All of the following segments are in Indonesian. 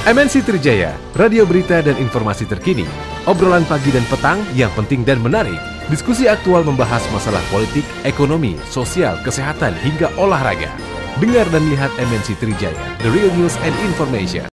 MNC Trijaya, radio berita dan informasi terkini, obrolan pagi dan petang yang penting dan menarik, diskusi aktual membahas masalah politik, ekonomi, sosial, kesehatan, hingga olahraga. Dengar dan lihat MNC Trijaya, the real news and information.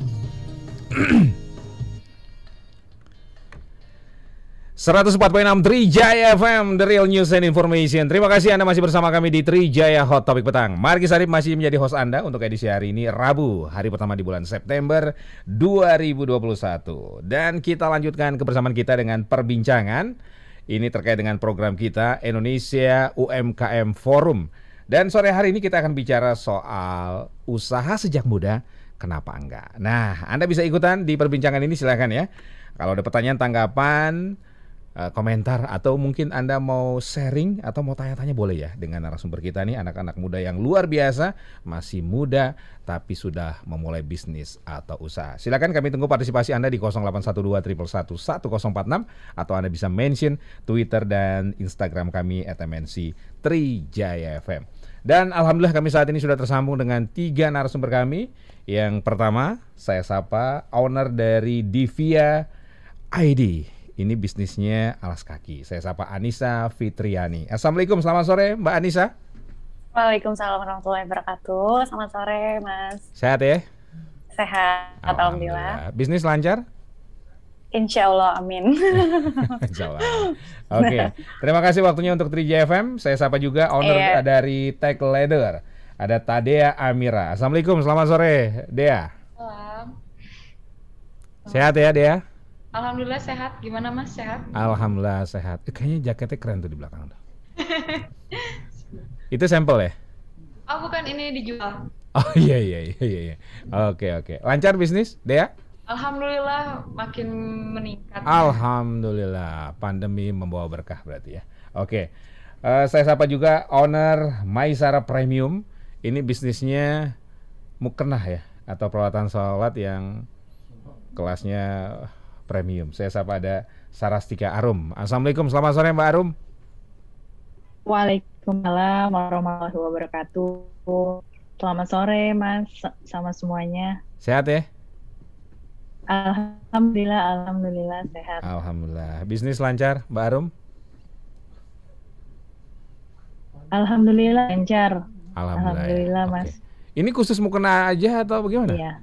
104.6 Trijaya FM, the real news and information. Terima kasih Anda masih bersama kami di Trijaya Hot Topic Petang. Markis Arif masih menjadi host Anda untuk edisi hari ini, Rabu, hari pertama di bulan September 2021. Dan kita lanjutkan kebersamaan kita dengan perbincangan. Ini terkait dengan program kita, Indonesia UMKM Forum. Dan sore hari ini kita akan bicara soal usaha sejak muda, kenapa enggak? Nah, Anda bisa ikutan di perbincangan ini, silakan ya. Kalau ada pertanyaan, tanggapan, komentar, atau mungkin Anda mau sharing atau mau tanya-tanya, boleh ya dengan narasumber kita nih, anak-anak muda yang luar biasa, masih muda tapi sudah memulai bisnis atau usaha. Silakan, kami tunggu partisipasi Anda di 0812 111 1046 atau Anda bisa mention Twitter dan Instagram kami @MNC Trijaya FM. Dan alhamdulillah kami saat ini sudah tersambung dengan 3 narasumber kami. Yang pertama, saya sapa owner dari Divia ID. Ini bisnisnya alas kaki. Saya sapa Anissa Fitriani. Assalamualaikum, selamat sore Mbak Anissa. Waalaikumsalam warahmatullahi wabarakatuh. Selamat sore Mas. Sehat ya? Sehat, alhamdulillah. Bisnis lancar? Insya Allah, amin. Insya Allah. Oke, terima kasih waktunya untuk Trijaya FM. Saya sapa juga owner dari Tech Leather. Ada Tadea Amira. Assalamualaikum, selamat sore Dea. Salam. Sehat ya Dea? Alhamdulillah sehat. Gimana Mas, sehat? Alhamdulillah sehat. Kayaknya jaketnya keren tuh di belakang tuh. Itu sampel ya? Oh bukan, ini dijual. Oh iya. Oke. Lancar bisnis, Dea? Alhamdulillah makin meningkat. Alhamdulillah, pandemi membawa berkah berarti ya. Oke. Saya sapa juga owner Maisara Premium. Ini bisnisnya mukena ya, atau peralatan sholat yang kelasnya premium. Saya sapa ada Sarastika Arum. Assalamualaikum, selamat sore Mbak Arum. Waalaikumsalam warahmatullahi wabarakatuh. Selamat sore Mas, sama semuanya. Sehat ya? Alhamdulillah sehat. Alhamdulillah. Bisnis lancar Mbak Arum? Alhamdulillah lancar. Alhamdulillah Mas. Okay. Ini khusus mukena aja atau bagaimana? Iya.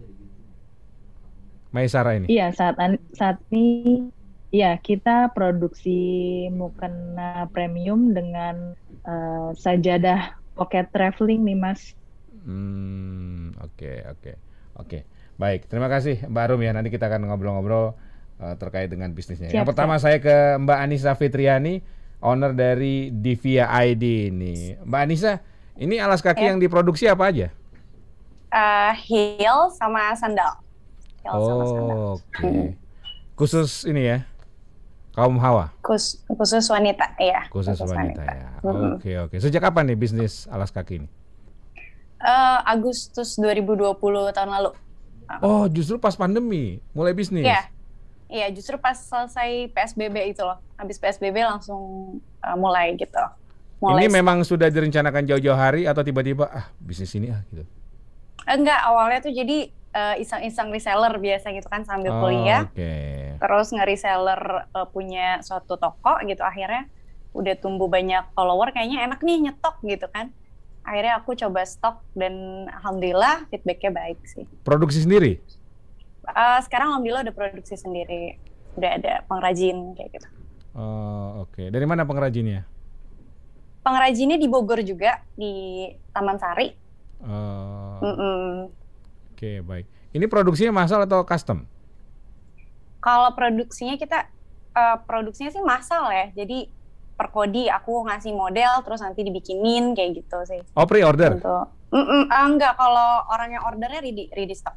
Maisara ini? Iya, saat ini ya kita produksi mukena premium dengan sajadah pocket traveling nih Mas. Oke. Baik, terima kasih Mbak Arum ya. Nanti kita akan ngobrol-ngobrol terkait dengan bisnisnya. Siap, Yang pertama saya ke Mbak Anissa Fitriani, owner dari Divia ID ini. Mbak Anissa, ini alas kaki yang diproduksi apa aja? Heel sama sandal. Oke. Khusus ini ya, kaum hawa? Khusus wanita, ya. Khusus wanita ya. Oke. Sejak kapan nih bisnis alas kaki ini? Agustus 2020 tahun lalu. Oh, justru pas pandemi mulai bisnis? Iya, justru pas selesai PSBB itu loh. Habis PSBB langsung mulai gitu. Ini memang sudah direncanakan jauh-jauh hari atau tiba-tiba bisnis ini gitu? Enggak, awalnya tuh jadi iseng-iseng reseller biasa gitu kan sambil kuliah. Terus nge-reseller punya suatu toko gitu, akhirnya udah tumbuh banyak follower, kayaknya enak nih nyetok gitu kan. Akhirnya aku coba stok dan alhamdulillah feedbacknya baik sih. Produksi sendiri? Sekarang alhamdulillah udah produksi sendiri, udah ada pengrajin kayak gitu. Oke. Dari mana pengrajinnya? Pengrajinnya di Bogor juga, di Taman Sari. Oke, baik. Ini produksinya massal atau custom? Kalau produksinya produksinya sih massal ya. Jadi per kodi aku ngasih model terus nanti dibikinin kayak gitu sih. Oh, pre-order? Enggak, kalau orang yang ordernya ready stock.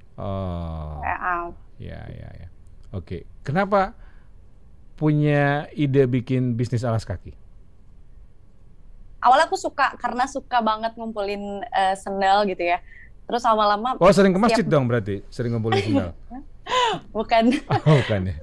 Ya. Oke. Kenapa punya ide bikin bisnis alas kaki? Awalnya aku karena suka banget ngumpulin sendal gitu ya. Terus lama-lama... Oh, sering ke masjid dong berarti? Sering ngumpulin sendal? Bukan. Bukan ya?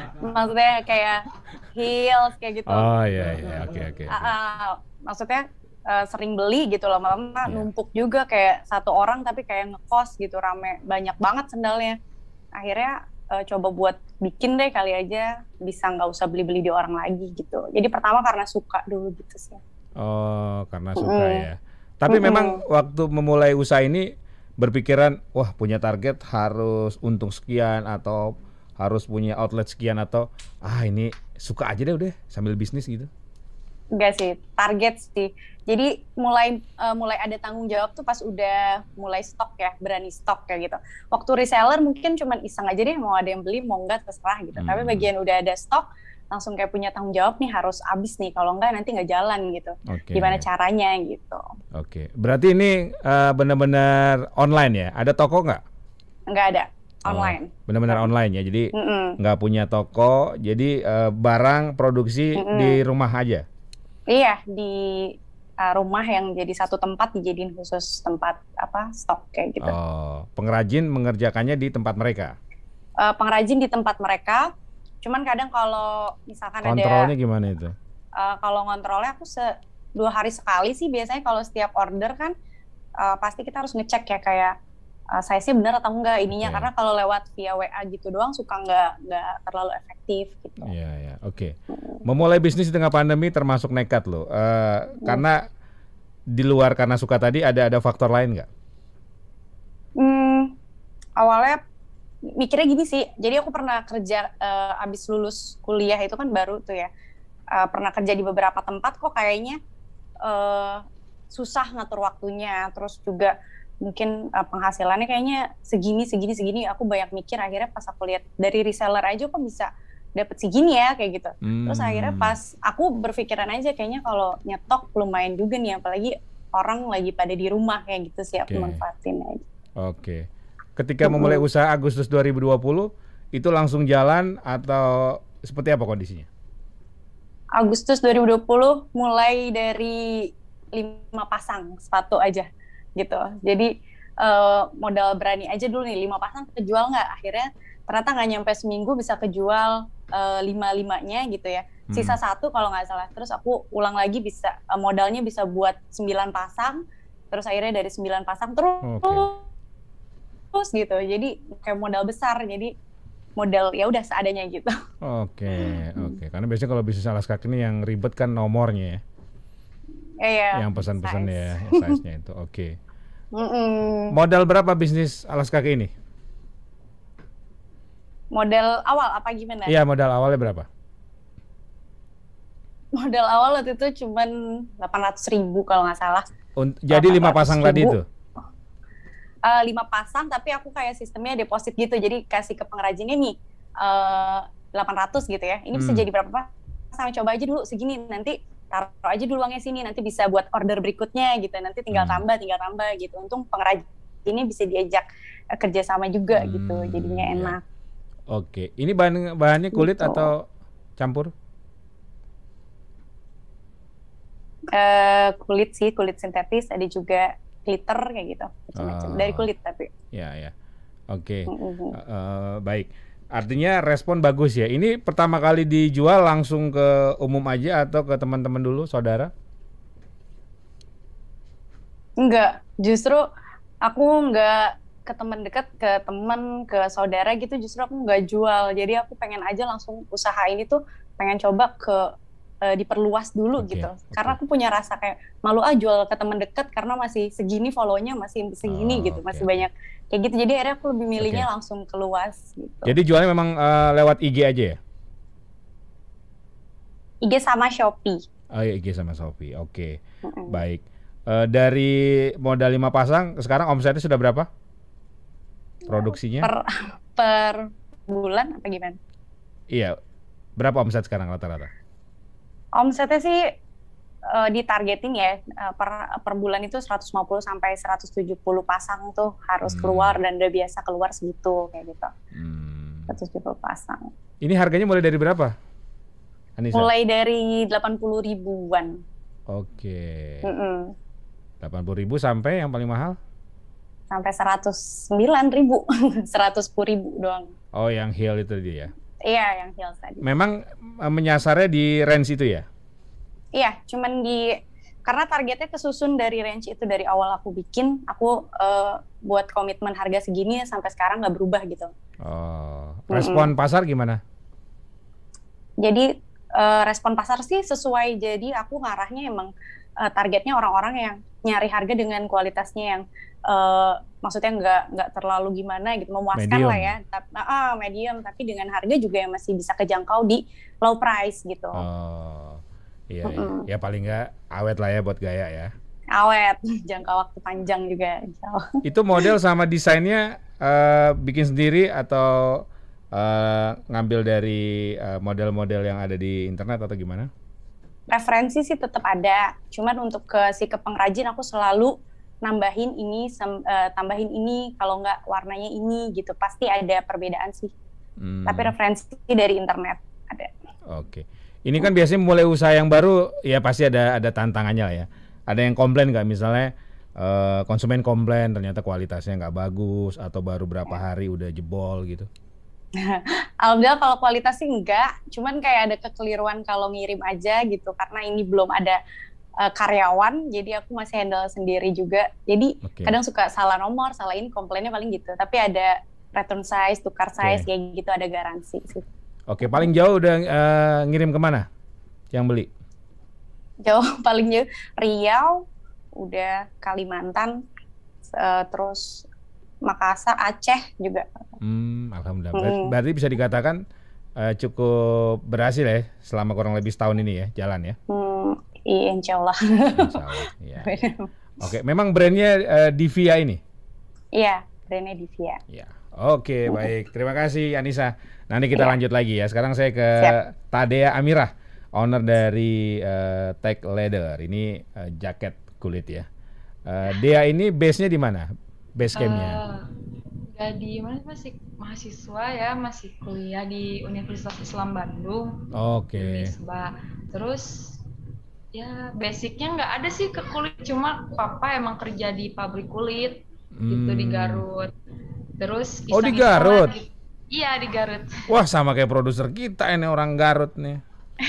Maksudnya kayak heels kayak gitu. Oh iya, oke. Maksudnya sering beli gitu loh, lama-lama numpuk juga kayak satu orang tapi kayak ngekos gitu, rame, banyak banget sendalnya. Akhirnya coba buat bikin deh, kali aja bisa nggak usah beli-beli di orang lagi gitu. Jadi pertama karena suka dulu gitu sih. Oh, karena suka ya. Tapi memang waktu memulai usaha ini berpikiran, wah punya target harus untung sekian atau harus punya outlet sekian atau ini suka aja deh udah sambil bisnis gitu. Enggak sih, target sih. Jadi mulai ada tanggung jawab tuh pas udah mulai stok ya, berani stok kayak gitu. Waktu reseller mungkin cuman iseng aja deh, mau ada yang beli, mau enggak terserah gitu. Tapi bagian udah ada stok, langsung kayak punya tanggung jawab nih, harus habis nih, kalau enggak nanti nggak jalan gitu. Gimana caranya gitu. Oke, berarti ini benar-benar online ya? Ada toko nggak? Nggak ada, online. Benar-benar online ya, jadi nggak punya toko, jadi barang produksi di rumah aja? Iya, di rumah yang jadi satu tempat dijadiin khusus tempat stok kayak gitu. Oh, pengrajin mengerjakannya di tempat mereka? Pengrajin di tempat mereka, cuman kadang kalau misalkan kontrolnya gimana itu? Kalau ngontrolnya aku 2 hari sekali sih biasanya. Kalau setiap order kan pasti kita harus ngecek ya kayak size-nya benar atau enggak ininya, karena kalau lewat via WA gitu doang suka nggak terlalu efektif gitu. Iya, oke. Memulai bisnis di tengah pandemi termasuk nekat loh, karena di luar karena suka tadi ada faktor lain nggak? Awalnya mikirnya gini sih, jadi aku pernah kerja abis lulus kuliah itu kan baru tuh ya, pernah kerja di beberapa tempat kok kayaknya susah ngatur waktunya, terus juga mungkin penghasilannya kayaknya segini. Aku banyak mikir, akhirnya pas aku lihat dari reseller aja kok bisa dapat segini ya kayak gitu. Terus akhirnya pas aku berpikiran aja kayaknya kalau nyetok lumayan juga nih, apalagi orang lagi pada di rumah kayak gitu sih, aku manfaatin aja. Oke. Ketika memulai usaha Agustus 2020 itu langsung jalan atau seperti apa kondisinya? Agustus 2020 mulai dari 5 pasang sepatu aja gitu. Jadi modal berani aja dulu nih, 5 pasang kejual nggak? Akhirnya ternyata nggak nyampe seminggu bisa kejual 5-5-nya gitu ya. Sisa 1 kalau nggak salah. Terus aku ulang lagi, bisa modalnya bisa buat 9 pasang. Terus akhirnya dari 9 pasang terus gitu. Jadi kayak modal besar. Jadi modal ya udah seadanya gitu. Oke. Karena biasanya kalau bisnis alas kaki ini yang ribet kan nomornya ya. Iya. Yang pesan-pesan ya, size-nya itu. Oke. Modal berapa bisnis alas kaki ini? Modal awal apa gimana? Iya, modal awalnya berapa? Modal awal waktu itu cuman 800.000 kalau nggak salah. Jadi 5 pasang tadi itu? 5 pasang, tapi aku kayak sistemnya deposit gitu. Jadi kasih ke pengrajinnya nih 800 gitu ya. Ini bisa jadi berapa pasang? Coba aja dulu segini, nanti taruh aja dulu uangnya sini, nanti bisa buat order berikutnya gitu. Nanti tinggal tambah gitu. Untung pengrajinnya bisa diajak kerjasama juga gitu. Jadinya enak. Oke. Ini bahannya kulit gitu. Atau campur? Kulit sih, kulit sintetis, ada juga glitter kayak gitu, macam-macam. Dari kulit tapi. Ya. Oke. Baik. Artinya respon bagus ya. Ini pertama kali dijual langsung ke umum aja atau ke teman-teman dulu, saudara? Enggak, justru aku enggak ke teman dekat, ke teman, ke saudara gitu. Justru aku enggak jual. Jadi aku pengen aja langsung usaha ini tuh, pengen coba ke diperluas dulu gitu. Karena aku punya rasa kayak malu jual ke teman dekat karena masih segini follow-nya, masih segini gitu, masih banyak kayak gitu. Jadi akhirnya aku lebih milihnya langsung keluas gitu. Jadi jualnya memang lewat IG aja ya? IG sama Shopee. Oh iya, IG sama Shopee. Oke. Baik. Dari modal 5 pasang sekarang omsetnya sudah berapa? Produksinya? Per bulan apa gimana? Iya. Berapa omset sekarang rata-rata? Omsetnya sih ditargetin ya, per bulan itu 150 sampai 170 pasang tuh harus keluar, dan udah biasa keluar segitu kayak gitu. 170 pasang. Ini harganya mulai dari berapa, Anissa? Mulai dari 80 ribuan. Oke. 80 ribu sampai yang paling mahal? Sampai 109.000, 110.000 doang. Oh, yang heel itu dia ya? Iya, yang heels tadi. Memang menyasarnya di range itu ya? Iya, cuman di karena targetnya kesusun dari range itu dari awal aku bikin, aku buat komitmen harga segini sampai sekarang nggak berubah gitu. Respon pasar gimana? Jadi respon pasar sih sesuai, jadi aku ngarahnya emang targetnya orang-orang yang nyari harga dengan kualitasnya yang maksudnya nggak terlalu gimana gitu, memuaskan lah ya, medium, tapi dengan harga juga yang masih bisa kejangkau di low price gitu. Iya, ya paling nggak awet lah ya buat gaya ya. Awet, jangka waktu panjang juga. Itu model sama desainnya bikin sendiri atau ngambil dari model-model yang ada di internet atau gimana? Referensi sih tetap ada, cuman untuk ke pengrajin aku selalu nambahin ini, tambahin ini, kalau nggak warnanya ini gitu, pasti ada perbedaan sih. Tapi referensi dari internet ada. Oke. Ini kan biasanya mulai usaha yang baru ya pasti ada tantangannya lah ya. Ada yang komplain nggak, misalnya konsumen komplain ternyata kualitasnya nggak bagus atau baru berapa hari udah jebol gitu? Alhamdulillah kalau kualitas sih enggak, cuman kayak ada kekeliruan kalau ngirim aja gitu, karena ini belum ada karyawan, jadi aku masih handle sendiri juga. Jadi kadang suka salah nomor, salah ini, komplainnya paling gitu. Tapi ada return size, tukar size, kayak gitu, ada garansi sih. Oke, paling jauh udah ngirim kemana yang beli? Jauh, paling jauh Riau, udah Kalimantan, terus Makassar, Aceh juga. Alhamdulillah. Berarti bisa dikatakan cukup berhasil ya selama kurang lebih setahun ini ya jalan ya? Iya, insya Allah. Insya Allah ya. Oke, memang brandnya Divia ini? Iya, brandnya Divia. Ya. Oke, baik. Terima kasih Anissa. Nanti kita lanjut lagi ya. Sekarang saya ke Tadea Amirah, owner dari Tech Leather. Ini jaket kulit ya. Dea ini base-nya di mana? Base camp-nya? Di mana, masih mahasiswa ya, masih kuliah di Universitas Islam Bandung. Oke. Terus ya basicnya nggak ada sih ke kulit, cuma papa emang kerja di pabrik kulit gitu di Garut. Terus di Garut? Iya, di Garut. Wah, sama kayak produser kita ini, orang Garut nih.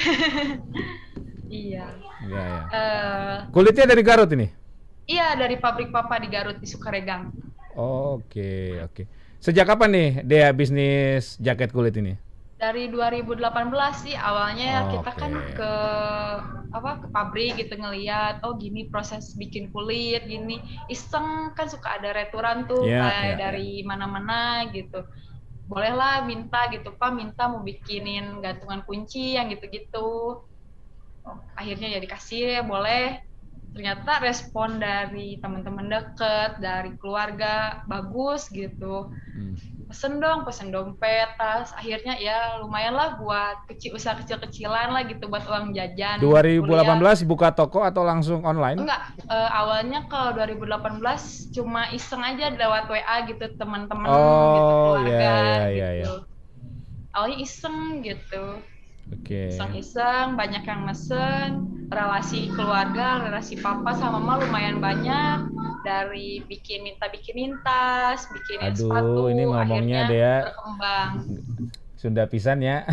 Iya. Iya, ya. Kulitnya dari Garut ini? Iya, dari pabrik papa di Garut, di Sukaregang. Oke. Sejak kapan nih Dea bisnis jaket kulit ini? Dari 2018 sih awalnya. Kita kan ke pabrik gitu ngeliat, gini proses bikin kulit, gini iseng kan, suka ada restoran tuh dari mana-mana gitu. Bolehlah minta gitu, Pak, minta mau bikinin gantungan kunci yang gitu-gitu. Akhirnya ya dikasih, boleh. Ternyata respon dari teman-teman deket, dari keluarga bagus gitu. Pesen dompet, tas. Akhirnya ya lumayan lah buat usaha kecil-kecilan lah gitu, buat uang jajan. 2018 kuliah. Buka toko atau langsung online? Enggak, awalnya kalau 2018 cuma iseng aja lewat WA gitu, teman-teman gitu, keluarga gitu. Awalnya iseng gitu. Iseng-iseng, banyak yang mesen, relasi keluarga, relasi papa sama mama lumayan banyak. Dari bikinin tas, bikinin sepatu, ini ngomongnya Dea berkembang. Sunda pisan ya.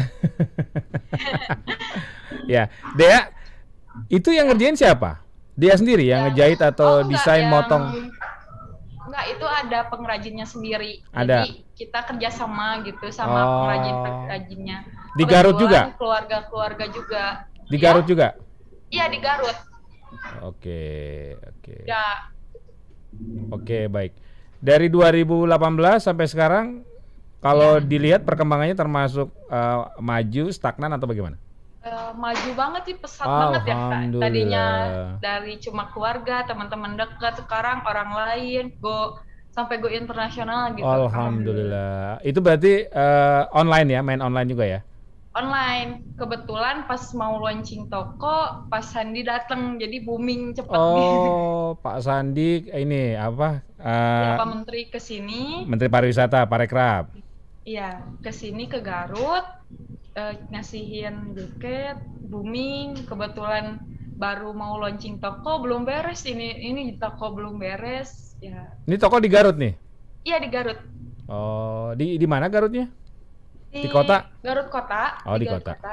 Ya, Dea, itu yang ngerjain siapa? Dia sendiri yang ngejahit atau desain motong? Enggak, itu ada pengrajinnya sendiri. Ada. Jadi kita kerjasama gitu sama pengrajin-pengrajinnya. Di Garut juga? Keluarga-keluarga juga. Di Garut juga? Iya, di Garut. Oke. Ya. Oke, baik. Dari 2018 sampai sekarang, kalau dilihat perkembangannya termasuk maju, stagnan atau bagaimana? Maju banget sih, pesat banget ya Kak. Tadinya dari cuma keluarga, teman-teman dekat, sekarang orang lain, sampai go internasional gitu. Alhamdulillah. Itu berarti online ya, main online juga ya? Online. Kebetulan pas mau launching toko, Pak Sandi datang, jadi booming cepet. Pak Sandi ini apa? Pak Menteri kesini. Menteri Pariwisata, Parekraf. Iya, kesini ke Garut, ngasihin jaket, booming. Kebetulan baru mau launching toko, belum beres. Ini toko belum beres. Ya. Ini toko di Garut nih? Iya, di Garut. Di mana Garutnya? Di kota? Garut kota. Di kota.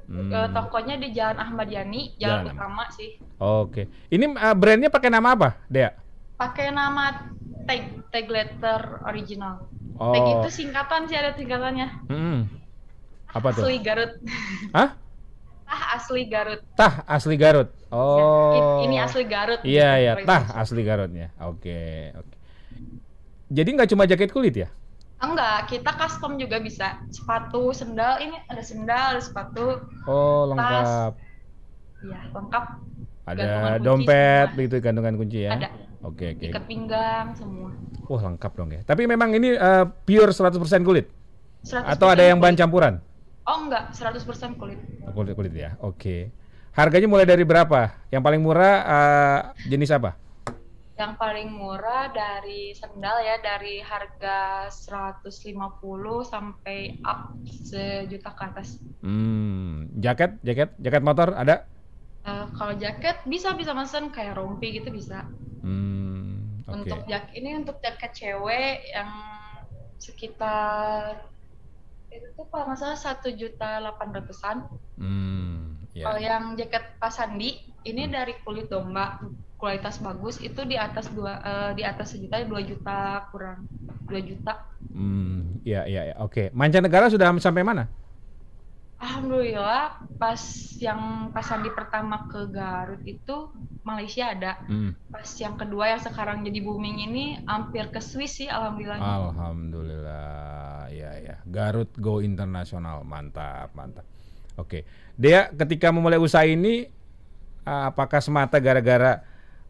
Tokonya di Jalan Ahmad Yani, jalan utama sih. Oke. Ini brandnya pakai nama apa, Dea? Pakai nama tag letter original. Tag itu singkatan sih, ada singkatannya. Apa tuh? Asli Garut. Hah? Tah asli Garut. Tah asli Garut. Oh. Ini asli Garut. Iya, tah asli Garutnya. Oke. Jadi nggak cuma jaket kulit ya? Enggak, kita custom juga bisa. Sepatu, sendal, ini ada sendal, ada sepatu. Oh, lengkap. Iya, lengkap. Ada dompet begitu, gantungan kunci ya? Ada. Oke. Ikat pinggang semua. Wah, lengkap dong ya. Tapi memang ini pure 100% kulit? 100% atau ada yang bahan campuran? Oh enggak, 100% kulit. Kulit ya. Oke. Harganya mulai dari berapa? Yang paling murah jenis apa? Yang paling murah dari sendal ya, dari harga 150 sampai up 1 juta ke atas. Jaket motor ada? Kalau jaket bisa mesen kayak rompi gitu bisa. Untuk jaket cewek yang sekitar itu tuh kalau nggak salah 1.800.000-an. Kalau yang jaket Pak Sandi ini dari kulit domba, kualitas bagus, itu di atas 1 juta, 2 juta kurang 2 juta. Iya. Oke. Mancanegara sudah sampai mana? Alhamdulillah pas yang Pak Sandi pertama ke Garut itu Malaysia ada. Pas yang kedua yang sekarang jadi booming ini hampir ke Swiss sih, alhamdulillah. Alhamdulillah. Ya. Garut go internasional. Mantap. Oke. Dea, ketika memulai usaha ini apakah semata gara-gara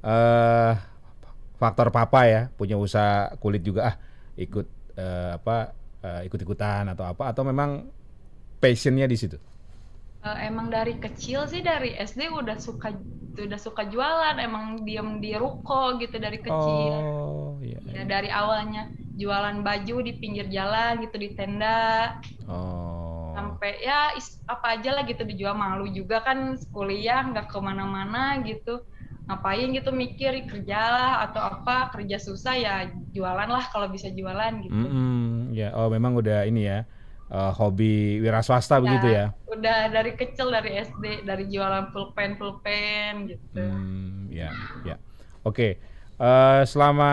faktor papa ya, punya usaha kulit juga ikut-ikutan atau memang passionnya di situ? Emang dari kecil sih, dari SD udah suka jualan, emang diem di ruko gitu dari kecil. Ya, dari awalnya jualan baju di pinggir jalan gitu, di tenda. Sampai ya apa aja lah gitu dijual, malu juga kan kuliah nggak kemana-mana gitu, ngapain gitu mikir kerja lah atau apa, kerja susah ya jualan lah kalau bisa jualan gitu. Ya, memang udah ini ya. Hobi wira swasta begitu ya? Udah dari kecil, dari SD, dari jualan pulpen gitu. Ya. Oke. Selama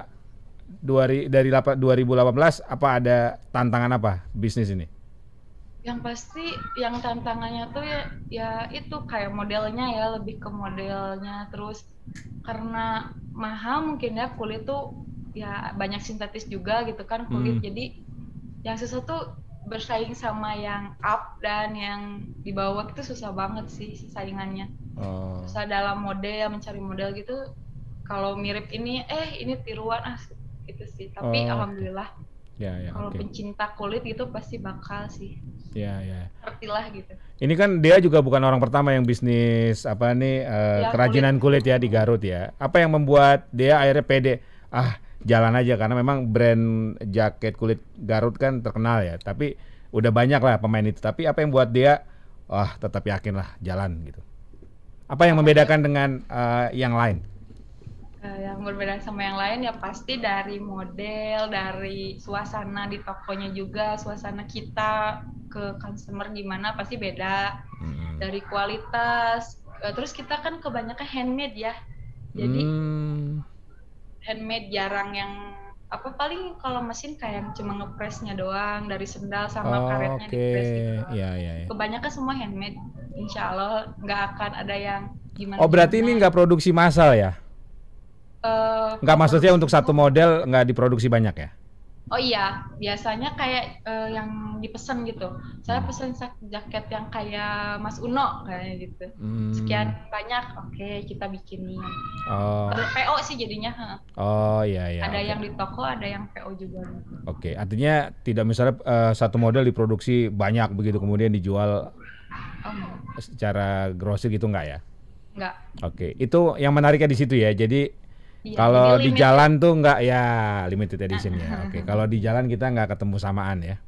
dari 2018 apa ada tantangan apa bisnis ini? Yang pasti yang tantangannya tuh ya itu kayak modelnya ya, lebih ke modelnya, terus karena mahal mungkin ya, kulit tuh ya banyak sintetis juga gitu kan kulit, jadi yang susah tuh bersaing sama yang up dan yang di bawah itu susah banget sih saingannya. Susah dalam model, mencari model gitu. Kalau mirip ini tiruan gitu sih. Tapi alhamdulillah. Kalau pencinta kulit gitu pasti bakal sih. Ya. Sepertilah gitu. Ini kan dia juga bukan orang pertama yang bisnis kerajinan kulit ya di Garut ya. Apa yang membuat dia akhirnya pede? Jalan aja, karena memang brand jaket kulit Garut kan terkenal ya. Tapi udah banyak lah pemain itu. Tapi apa yang buat dia tetap yakin lah jalan gitu? Apa yang membedakan dengan yang lain? Yang berbeda sama yang lain ya pasti dari model, dari suasana di tokonya juga, suasana kita ke customer gimana pasti beda. Dari kualitas, terus kita kan kebanyakan handmade ya. Jadi handmade jarang yang paling kalau mesin kayak cuma ngepresnya doang, dari sendal sama karetnya dipres gitu. Iya. Kebanyakan semua handmade. Insya Allah nggak akan ada yang gimana. Berarti ini nggak produksi massal ya? Nggak, maksudnya untuk satu model nggak diproduksi banyak ya? Oh iya, biasanya kayak yang dipesan gitu. Saya pesen jaket yang kayak Mas Uno kayak gitu. Sekian banyak, oke kita bikinin. PO sih jadinya. Iya. Ada yang di toko, ada yang PO juga. Oke, artinya tidak misalnya satu model diproduksi banyak begitu kemudian dijual secara grosir gitu nggak ya? Nggak. Oke, itu yang menariknya di situ ya. Jadi kalau di jalan tuh nggak ya, limited edition ya. Oke, kalau di jalan kita nggak ketemu samaan ya.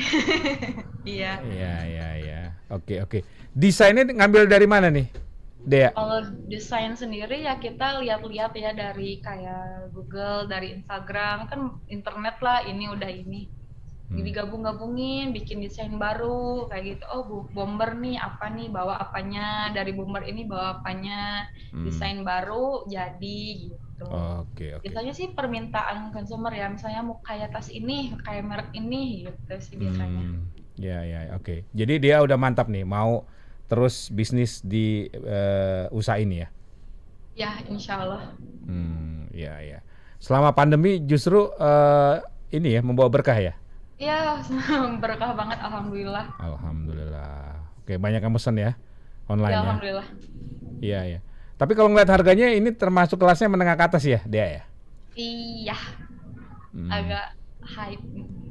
Iya. Iya. Oke. Desainnya ngambil dari mana nih, Dea? Kalau desain sendiri ya kita lihat-lihat ya dari kayak Google, dari Instagram, kan internet lah, ini udah ini. digabung-gabungin, bikin desain baru kayak gitu. Oh, bomber nih apa nih, bawa apanya, dari bomber ini bawa apanya, desain baru jadi gitu. Oke. Biasanya sih permintaan consumer ya, misalnya mau kayak tas ini, kayak merek ini gitu sih biasanya. Ya, oke. Jadi dia udah mantap nih, mau terus bisnis di usaha ini ya? Ya, insya Allah. Ya. Selama pandemi justru ini ya membawa berkah ya? Iya, berkah banget, alhamdulillah. Alhamdulillah. Oke, banyak yang pesen ya online ya? Alhamdulillah. Iya. Tapi kalau ngeliat harganya ini termasuk kelasnya menengah ke atas ya, dia ya? Iya. Agak hype.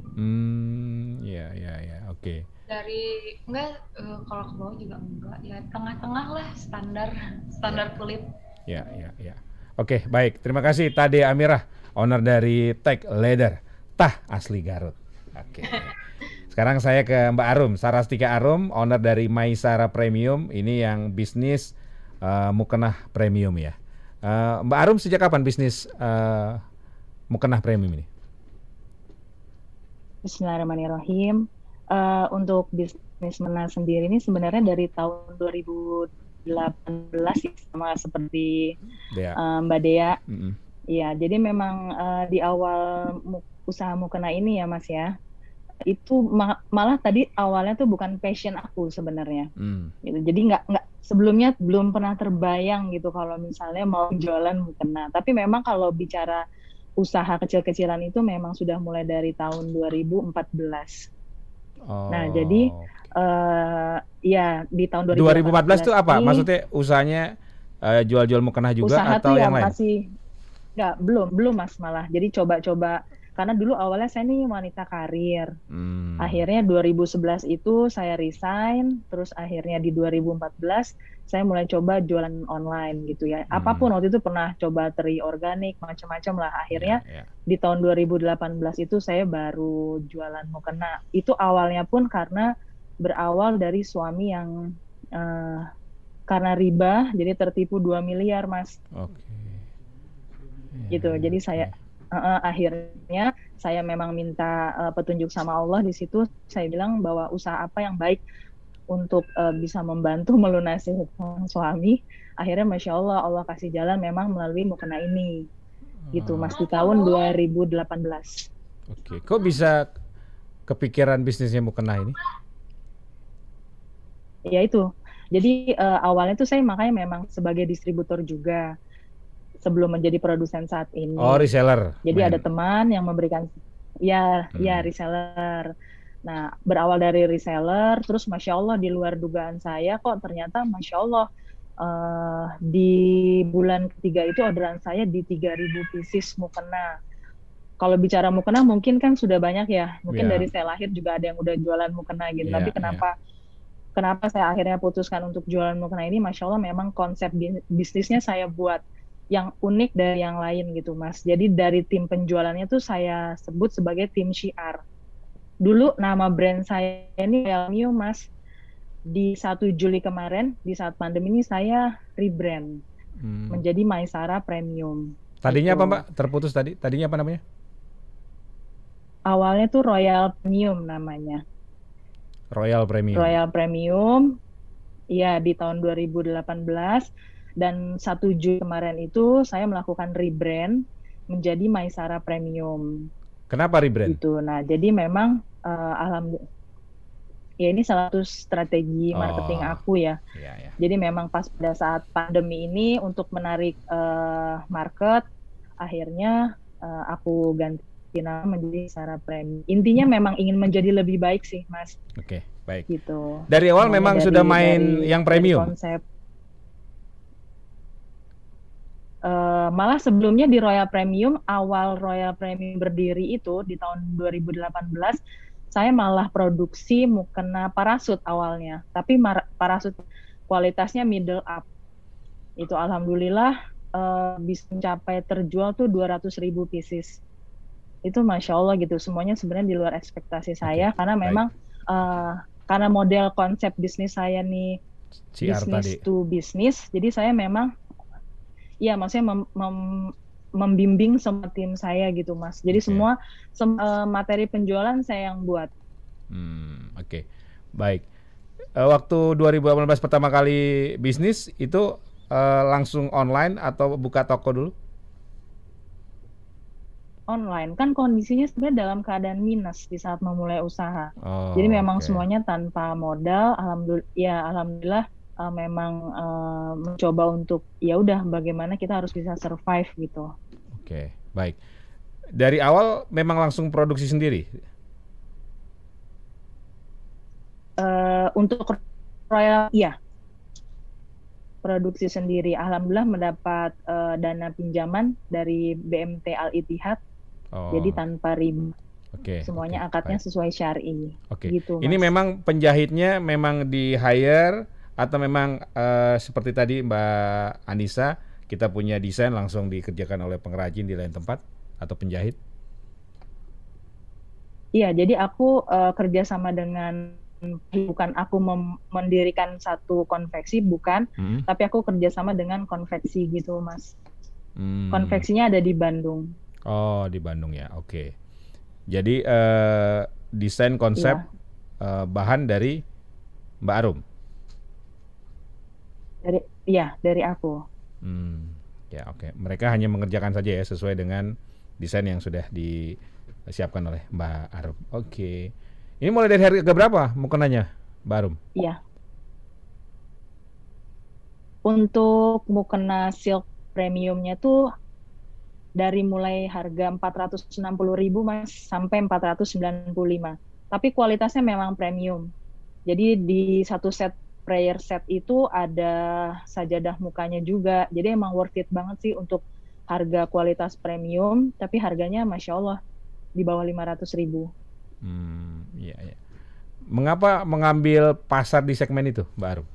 Iya, oke. Dari kalau ke bawah juga enggak, ya tengah-tengah lah, standar kulit. Ya. Oke, baik. Terima kasih Tade Amirah, owner dari Tech Leather, Tah asli Garut. Oke. Sekarang saya ke Mbak Arum, Sarastika Arum, owner dari Maisara Premium. Ini yang bisnis mukena premium ya. Mbak Arum sejak kapan bisnis mukena premium ini? Bismillahirrahmanirrahim. Untuk bisnis mukena sendiri ini sebenarnya dari tahun 2018 sama seperti Mbak Dea. Iya, jadi memang di awal usaha mukena ini ya Mas ya, itu malah tadi awalnya tuh bukan passion aku sebenarnya. Gitu. Jadi nggak sebelumnya belum pernah terbayang gitu kalau misalnya mau jualan mukena. Tapi memang kalau bicara usaha kecil-kecilan itu memang sudah mulai dari tahun 2014. Nah, jadi ya di tahun 2014 itu apa? Maksudnya usahanya jual-jual mukena juga usaha atau yang lain? Belum Mas, malah. Jadi coba-coba, karena dulu awalnya saya nih wanita karir. Akhirnya 2011 itu saya resign, terus akhirnya di 2014 saya mulai coba jualan online gitu ya. Apapun waktu itu pernah coba teri organik, macam-macam lah. Akhirnya di tahun 2018 itu saya baru jualan mukena. Itu awalnya pun karena berawal dari suami yang karena riba, jadi tertipu 2 miliar Mas. Gitu. Jadi saya akhirnya saya memang minta petunjuk sama Allah di situ. Saya bilang bahwa usaha apa yang baik untuk bisa membantu melunasi hutang suami. Akhirnya Masya Allah, Allah kasih jalan memang melalui mukena ini. Gitu Mas, di tahun 2018. Oke, kok bisa kepikiran bisnisnya mukena ini? Ya itu. Jadi awalnya tuh saya makanya memang sebagai distributor juga sebelum menjadi produsen saat ini. Oh, reseller. Jadi ada teman yang memberikan ya reseller. Nah, berawal dari reseller, terus Masya Allah di luar dugaan saya kok ternyata Masya Allah di bulan ketiga itu orderan saya di 3.000 pieces mukena. Kalau bicara mukena mungkin kan sudah banyak ya. Mungkin dari saya lahir juga ada yang udah jualan mukena gitu. Tapi kenapa saya akhirnya putuskan untuk jualan mukena ini? Masya Allah memang konsep bisnisnya saya buat yang unik dari yang lain gitu Mas. Jadi dari tim penjualannya tuh saya sebut sebagai tim syiar. Dulu nama brand saya ini Royal New Mas. Di 1 Juli kemarin, di saat pandemi ini saya rebrand menjadi Maisara Premium. Tadinya apa Mbak? Terputus tadi. Tadinya apa namanya? Awalnya tuh Royal Premium namanya. Royal Premium. Royal Premium. Iya, di tahun 2018. Dan 1 Juli kemarin itu saya melakukan rebrand menjadi Maisara Premium. Kenapa rebrand? Gitu. Nah, jadi memang alhamdulillah ya ini salah satu strategi marketing aku ya. Jadi memang pas pada saat pandemi ini untuk menarik market, akhirnya aku ganti nama menjadi Maisara Premium. Intinya memang ingin menjadi lebih baik sih, Mas. Oke, baik. Gitu. Dari awal memang sudah main yang premium. Konsep. Malah sebelumnya di Royal Premium, awal Royal Premium berdiri itu di tahun 2018, saya malah produksi mukena parasut awalnya, tapi parasut kualitasnya middle up. Itu alhamdulillah bisa mencapai terjual tuh 200.000 pieces. Itu Masya Allah gitu, semuanya sebenarnya di luar ekspektasi saya, karena memang karena model konsep bisnis saya nih business to business, jadi saya memang ya maksudnya membimbing semua tim saya gitu Mas. Jadi semua materi penjualan saya yang buat. Oke. Baik. Waktu 2018 pertama kali bisnis itu langsung online atau buka toko dulu? Online. Kan kondisinya sebenarnya dalam keadaan minus di saat memulai usaha. Jadi memang semuanya tanpa modal. Alhamdulillah memang mencoba untuk ya udah bagaimana kita harus bisa survive gitu. Oke, baik. Dari awal memang langsung produksi sendiri? Untuk royal, iya. Produksi sendiri. Alhamdulillah mendapat dana pinjaman dari BMT Al Ittihad. Jadi tanpa riba. Semuanya akadnya sesuai syar'i. Gitu, ini memang penjahitnya memang di hire atau memang seperti tadi Mbak Anissa, kita punya desain langsung dikerjakan oleh pengrajin di lain tempat atau penjahit? Iya, jadi aku kerjasama dengan, bukan aku mendirikan satu konveksi, bukan, tapi aku kerjasama dengan konveksi gitu Mas. Konveksinya ada di Bandung. Oh, di Bandung ya, oke. Jadi desain konsep bahan dari Mbak Arum? Dari aku. Ya oke. Mereka hanya mengerjakan saja ya sesuai dengan desain yang sudah disiapkan oleh Mbak Arum. Oke. Ini mulai dari harga berapa mukenanya, Mbak Arum? Iya. Untuk mukena silk premiumnya tuh dari mulai harga 460.000 Mas sampai 495. Tapi kualitasnya memang premium. Jadi di satu set prayer set itu ada sajadah mukanya juga. Jadi emang worth it banget sih untuk harga kualitas premium, tapi harganya Masya Allah di bawah 500.000. Iya. Mengapa mengambil pasar di segmen itu, Mbak Arum?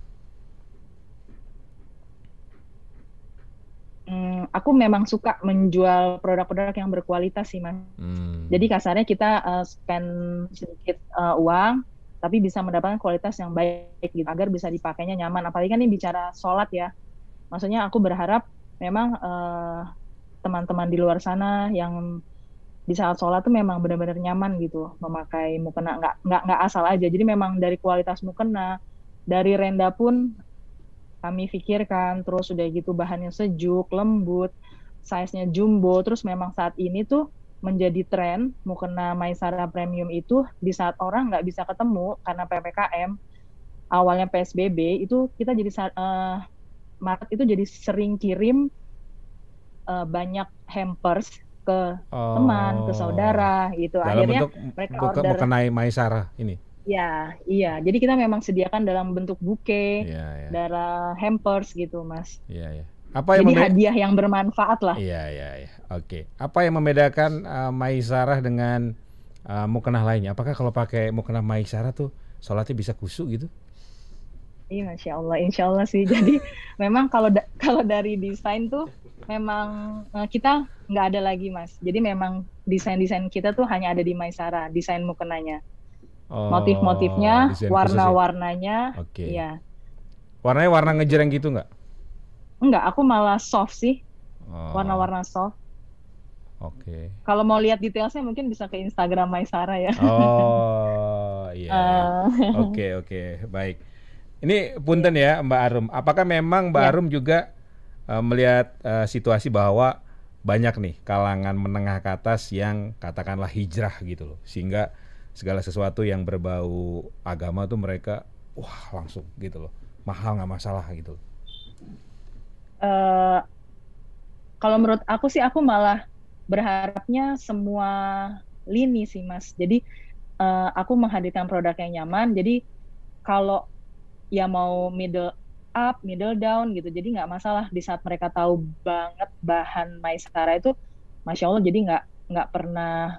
Aku memang suka menjual produk-produk yang berkualitas sih, Mas. Jadi kasarnya kita spend sedikit uang, tapi bisa mendapatkan kualitas yang baik gitu, agar bisa dipakainya nyaman. Apalagi kan ini bicara sholat ya. Maksudnya aku berharap memang teman-teman di luar sana yang di saat sholat tuh memang benar-benar nyaman gitu memakai mukena, nggak asal aja. Jadi memang dari kualitas mukena, dari renda pun kami pikirkan, terus udah gitu bahannya sejuk, lembut, size-nya jumbo. Terus memang saat ini tuh menjadi tren mukena Maisara Premium itu di saat orang nggak bisa ketemu karena PPKM, awalnya PSBB, itu kita jadi market itu jadi sering kirim banyak hampers ke teman, ke saudara gitu. Dalam Akhirnya bentuk mereka order mukena Maisara ini. Ya, iya. Jadi kita memang sediakan dalam bentuk buke, dalam hampers gitu, Mas. Iya. Jadi hadiah yang bermanfaat lah. Iya. Oke. Apa yang membedakan Maisarah dengan mukena lainnya? Apakah kalau pakai mukena Maisarah tuh sholatnya bisa khusyuk gitu? Iya, Masya Allah. Insya Allah sih. Jadi memang kalau dari desain tuh memang kita nggak ada lagi, Mas. Jadi memang desain-desain kita tuh hanya ada di Maisara, desain mukenanya. Motif-motifnya, warna-warnanya. Oke. Iya. Warnanya warna ngejreng gitu nggak? Enggak, aku malah soft sih. Warna-warna soft. Oke. Kalau mau lihat detailnya mungkin bisa ke Instagram Maisara ya. Oh iya. Oke. Baik. Ini punten ya Mbak Arum. Apakah memang Mbak Arum juga melihat situasi bahwa banyak nih kalangan menengah ke atas yang katakanlah hijrah gitu loh, sehingga segala sesuatu yang berbau agama tuh mereka langsung gitu loh, mahal nggak masalah gitu. Kalau menurut aku sih, aku malah berharapnya semua lini sih Mas. Jadi aku menghadirkan produk yang nyaman. Jadi kalau ya mau middle up, middle down gitu, jadi nggak masalah di saat mereka tahu banget bahan Maisara itu, Masya Allah. Jadi nggak pernah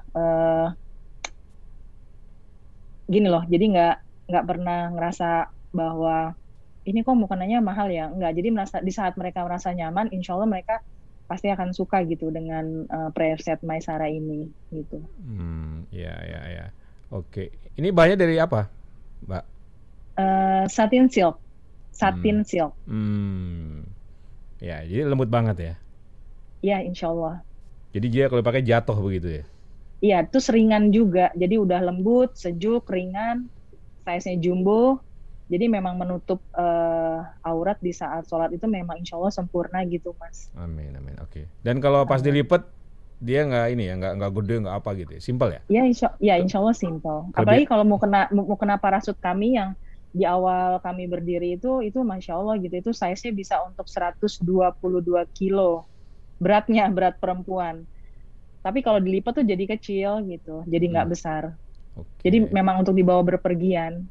gini loh, jadi nggak pernah ngerasa bahwa ini kok mukenanya mahal ya, nggak. Jadi di saat mereka merasa nyaman, insya Allah mereka pasti akan suka gitu dengan prayer set Maisara ini gitu. Ya. Oke, ini bahannya dari apa, Mbak? Satin silk. Ya, jadi lembut banget ya. Iya, insya Allah. Jadi dia kalau pakai jatuh begitu ya? Iya, terus ringan juga. Jadi udah lembut, sejuk, ringan, size-nya jumbo. Jadi memang menutup aurat di saat sholat itu memang insya Allah sempurna gitu, Mas. Amin, amin. Oke. Dan kalau pas dilipat dia nggak ini ya, nggak gede, nggak apa gitu ya? Simple ya? Ya, insya Allah simple. Apalagi kalau mau kena parasut kami yang di awal kami berdiri itu Masya Allah gitu. Itu size-nya bisa untuk 122 kilo. Berat perempuan. Tapi kalau dilipat tuh jadi kecil gitu, jadi nggak besar. Okay. Jadi memang untuk dibawa berpergian.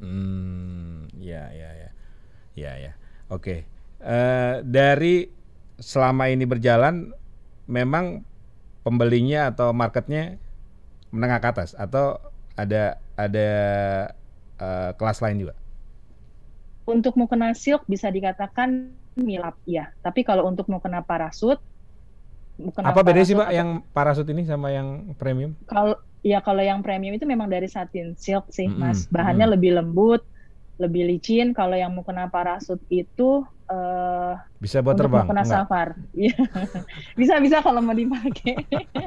Ya. Oke. Dari selama ini berjalan, memang pembelinya atau marketnya menengah ke atas atau ada kelas lain juga? Untuk mukena silk bisa dikatakan milap ya. Tapi kalau untuk mukena parasut, apa bedanya sih Pak yang parasut ini sama yang premium? Kalau yang premium itu memang dari satin silk sih, Mas. Bahannya lebih lembut, lebih licin. Kalau yang mukena parasut itu bisa buat terbang. Mukena safar. Bisa kalau mau dipakai.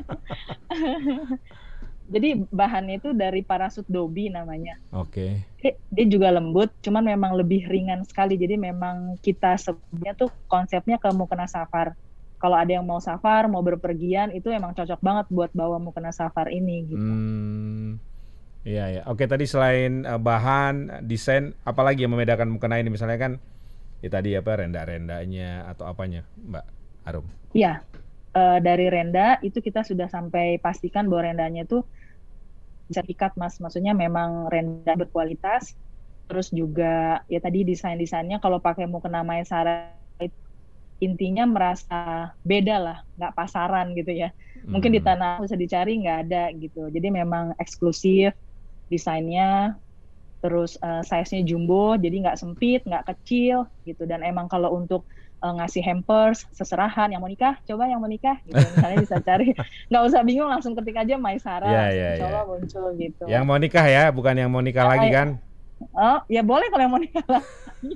Jadi bahannya itu dari parasut dobi namanya. Oke. Dia juga lembut, cuman memang lebih ringan sekali. Jadi memang kita sebenarnya tuh konsepnya ke mukena safar. Kalau ada yang mau safar, mau berpergian, itu emang cocok banget buat bawa mukena safar ini gitu. Iya. Oke, tadi selain bahan, desain, apalagi yang membedakan mukena ini? Misalnya kan, ya tadi apa renda-rendanya atau apanya, Mbak Arum? Iya, dari renda itu kita sudah sampai pastikan bahwa rendanya itu sertifikat, Mas. Maksudnya memang renda berkualitas. Terus juga ya tadi desainnya kalau pakai mukena Maesara intinya merasa beda lah, nggak pasaran gitu ya. Mungkin di tanah bisa dicari nggak ada gitu. Jadi memang eksklusif desainnya, terus size-nya jumbo, jadi nggak sempit, nggak kecil gitu. Dan emang kalau untuk ngasih hampers, seserahan, yang mau nikah, coba yang mau nikah gitu. Misalnya bisa cari, nggak usah bingung, langsung ketik aja Maesara, insya Allah muncul gitu. Yang mau nikah ya, bukan yang mau nikah lagi kan? Oh, ya boleh kalau yang mau nikah lagi.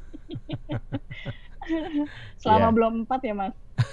Selama belum 4 ya, Mas.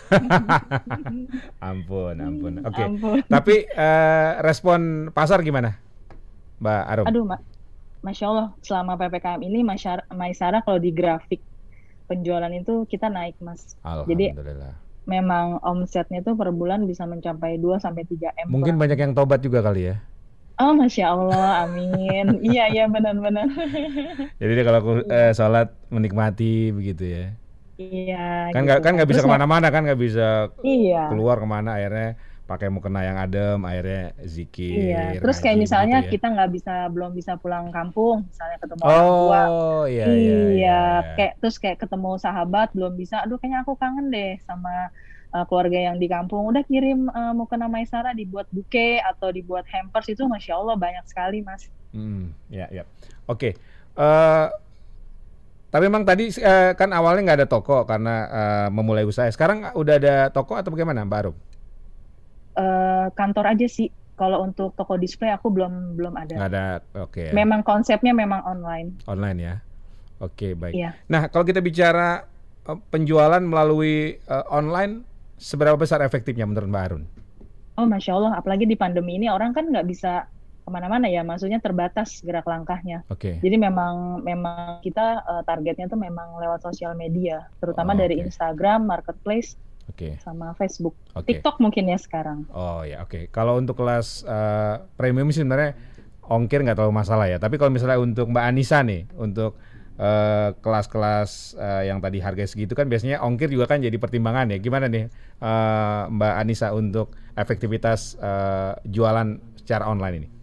Ampun. Oke. Tapi respon pasar gimana, Mbak Arum? Aduh, Masya Allah, selama PPKM ini Maesara kalau di grafik penjualan itu kita naik, Mas. Alhamdulillah. Jadi memang omsetnya tuh per bulan bisa mencapai 2-3 M. Mungkin banyak yang tobat juga kali ya? Oh, Masya Allah, amin. Iya, benar-benar. Jadi dia kalau sholat menikmati begitu ya? Iya. Kan nggak bisa kemana-mana kan, nggak bisa keluar kemana, akhirnya pakai mukena yang adem, akhirnya zikir. Iya. Terus kayak misalnya gitu ya. Kita belum bisa pulang kampung, misalnya ketemu orang tua. Iya. Kayak ketemu sahabat belum bisa. Aduh, kayaknya aku kangen deh sama keluarga yang di kampung. Udah kirim mukena Maesara dibuat buke atau dibuat hampers, itu Masya Allah banyak sekali, Mas. Ya. Oke. Tapi memang tadi kan awalnya nggak ada toko karena memulai usaha. Sekarang udah ada toko atau bagaimana, Mbak Arum? Kantor aja sih. Kalau untuk toko display aku belum ada. Nggak ada, oke. Memang konsepnya memang online. Online ya. Oke, baik. Iya. Nah, kalau kita bicara penjualan melalui online, seberapa besar efektifnya menurut Mbak Arun? Oh, Masya Allah. Apalagi di pandemi ini orang kan nggak bisa kemana-mana ya, maksudnya terbatas gerak langkahnya. Jadi memang kita targetnya tuh memang lewat sosial media, terutama dari Instagram, Marketplace, sama Facebook, TikTok mungkin ya sekarang. Kalau untuk kelas premium sebenarnya ongkir nggak terlalu masalah ya. Tapi kalau misalnya untuk Mbak Anissa nih, untuk kelas-kelas yang tadi harga segitu kan biasanya ongkir juga kan jadi pertimbangan ya. Gimana nih Mbak Anissa untuk efektivitas jualan secara online ini?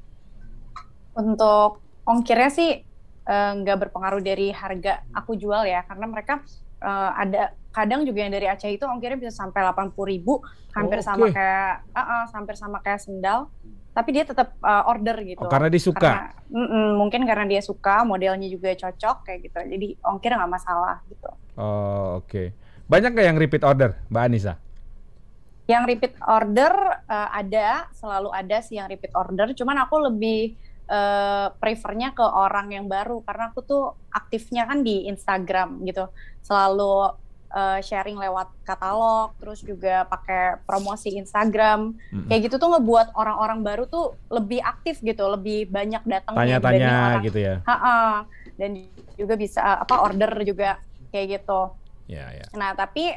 Untuk ongkirnya sih nggak berpengaruh dari harga aku jual ya, karena mereka ada kadang juga yang dari Aceh itu ongkirnya bisa sampai 80.000, hampir sama kayak sendal, tapi dia tetap order gitu. Karena dia suka. Mungkin karena dia suka, modelnya juga cocok kayak gitu, jadi ongkir nggak masalah gitu. Banyak nggak yang repeat order, Mbak Anissa? Yang repeat order selalu ada sih yang repeat order, cuman aku lebih prefernya ke orang yang baru, karena aku tuh aktifnya kan di Instagram gitu, selalu sharing lewat katalog, terus juga pakai promosi Instagram. Kayak gitu tuh ngebuat orang-orang baru tuh lebih aktif gitu, lebih banyak datangnya dibanding tanya-tanya gitu ya. Dan juga bisa order juga kayak gitu. Nah, tapi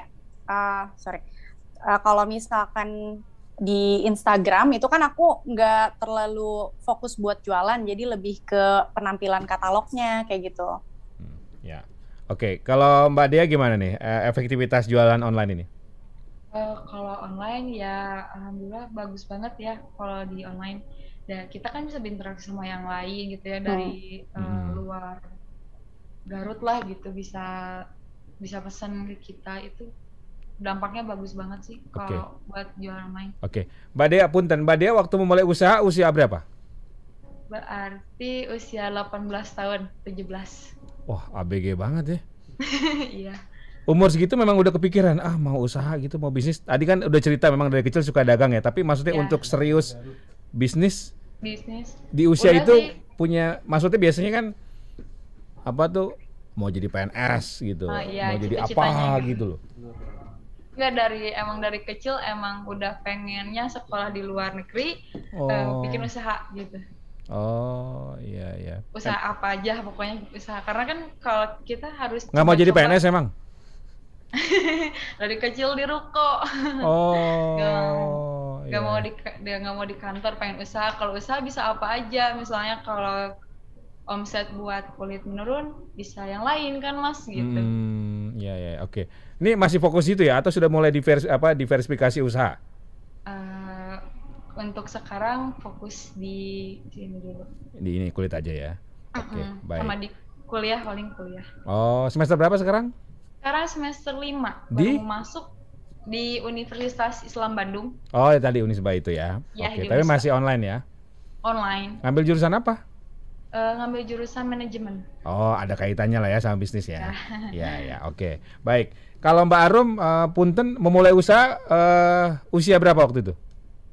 kalau misalkan di Instagram itu kan aku nggak terlalu fokus buat jualan, jadi lebih ke penampilan katalognya kayak gitu. Oke, kalau Mbak Dea gimana nih efektivitas jualan online ini? Kalau online ya alhamdulillah bagus banget ya kalau di online. Dan kita kan bisa berinteraksi sama yang lain gitu ya dari luar Garut lah gitu, bisa pesan ke kita, itu dampaknya bagus banget sih kalau buat jualan online. Mbak Dea, punten, Mbak Dea waktu memulai usaha usia berapa? Berarti usia 18 tahun, 17. Wah, ABG banget ya. Iya. Umur segitu memang udah kepikiran, mau usaha gitu, mau bisnis. Tadi kan udah cerita memang dari kecil suka dagang ya, tapi maksudnya untuk serius bisnis di usia udah itu sih. Punya, maksudnya biasanya kan mau jadi PNS gitu, mau jadi apa gitu loh. Enggak, dari kecil emang udah pengennya sekolah di luar negeri, bikin usaha gitu. Iya. Usaha apa aja pokoknya usaha, karena kan kalau kita harus nggak mau jadi PNS emang? Dari kecil di ruko. Nggak mau di kantor, pengen usaha. Kalau usaha bisa apa aja, misalnya kalau omset buat kulit menurun bisa yang lain kan Mas gitu. Oke. Ini masih fokus itu ya atau sudah mulai diversifikasi usaha? Untuk sekarang fokus di sini dulu. Di ini kulit aja ya. Oke, baik. Sama di kuliah, paling kuliah. Semester berapa sekarang? Sekarang semester 5. Baru masuk di Universitas Islam Bandung. Tadi Unisba itu ya. Oke, tapi masih online ya? Online. Ngambil jurusan apa? Ngambil jurusan manajemen. Ada kaitannya lah ya sama bisnis ya. Ya, oke. Baik. Kalau Mbak Arum, punten memulai usaha usia berapa waktu itu?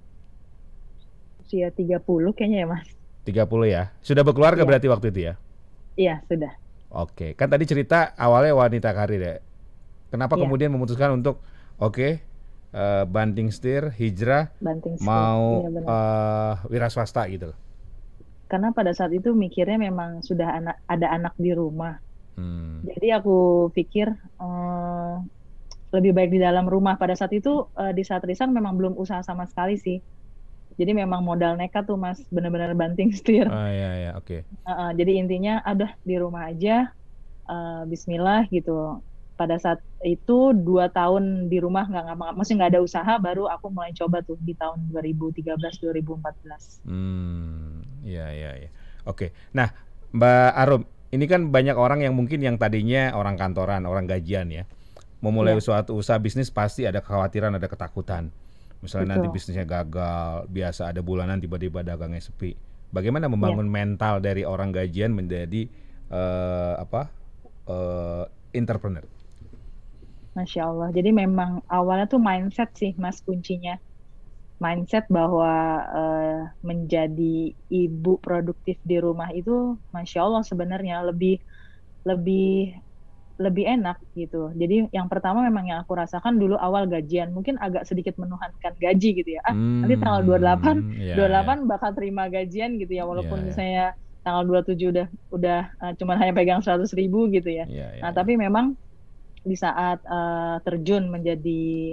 Usia 30 kayaknya ya Mas. 30 ya. Sudah berkeluarga berarti waktu itu ya? Iya, sudah. Oke. Kan tadi cerita awalnya wanita karir ya. Kenapa kemudian memutuskan untuk banting setir, hijrah, mau wira swasta gitu? Karena pada saat itu mikirnya memang sudah ada anak di rumah. Jadi aku pikir lebih baik di dalam rumah. Pada saat itu di saat resign memang belum usaha sama sekali sih. Jadi memang modal nekat tuh Mas, benar-benar banting setir. Oke. Jadi intinya di rumah aja, Bismillah gitu. Pada saat itu 2 tahun di rumah masih nggak ada usaha, baru aku mulai coba tuh di tahun 2013-2014. Iya. Oke. Nah, Mbak Arum, ini kan banyak orang yang mungkin yang tadinya orang kantoran, orang gajian ya, memulai suatu usaha bisnis pasti ada kekhawatiran, ada ketakutan. Misalnya nanti bisnisnya gagal, biasa ada bulanan tiba-tiba dagangnya sepi. Bagaimana membangun mental dari orang gajian menjadi entrepreneur? Masya Allah. Jadi memang awalnya tuh mindset sih Mas kuncinya. Mindset bahwa menjadi ibu produktif di rumah itu Masya Allah sebenarnya lebih enak gitu. Jadi yang pertama memang yang aku rasakan dulu awal gajian mungkin agak sedikit menuhankan gaji gitu ya. Nanti tanggal 28 bakal terima gajian gitu ya, walaupun misalnya tanggal 27 udah cuman hanya pegang 100.000 gitu ya. Tapi memang di saat terjun menjadi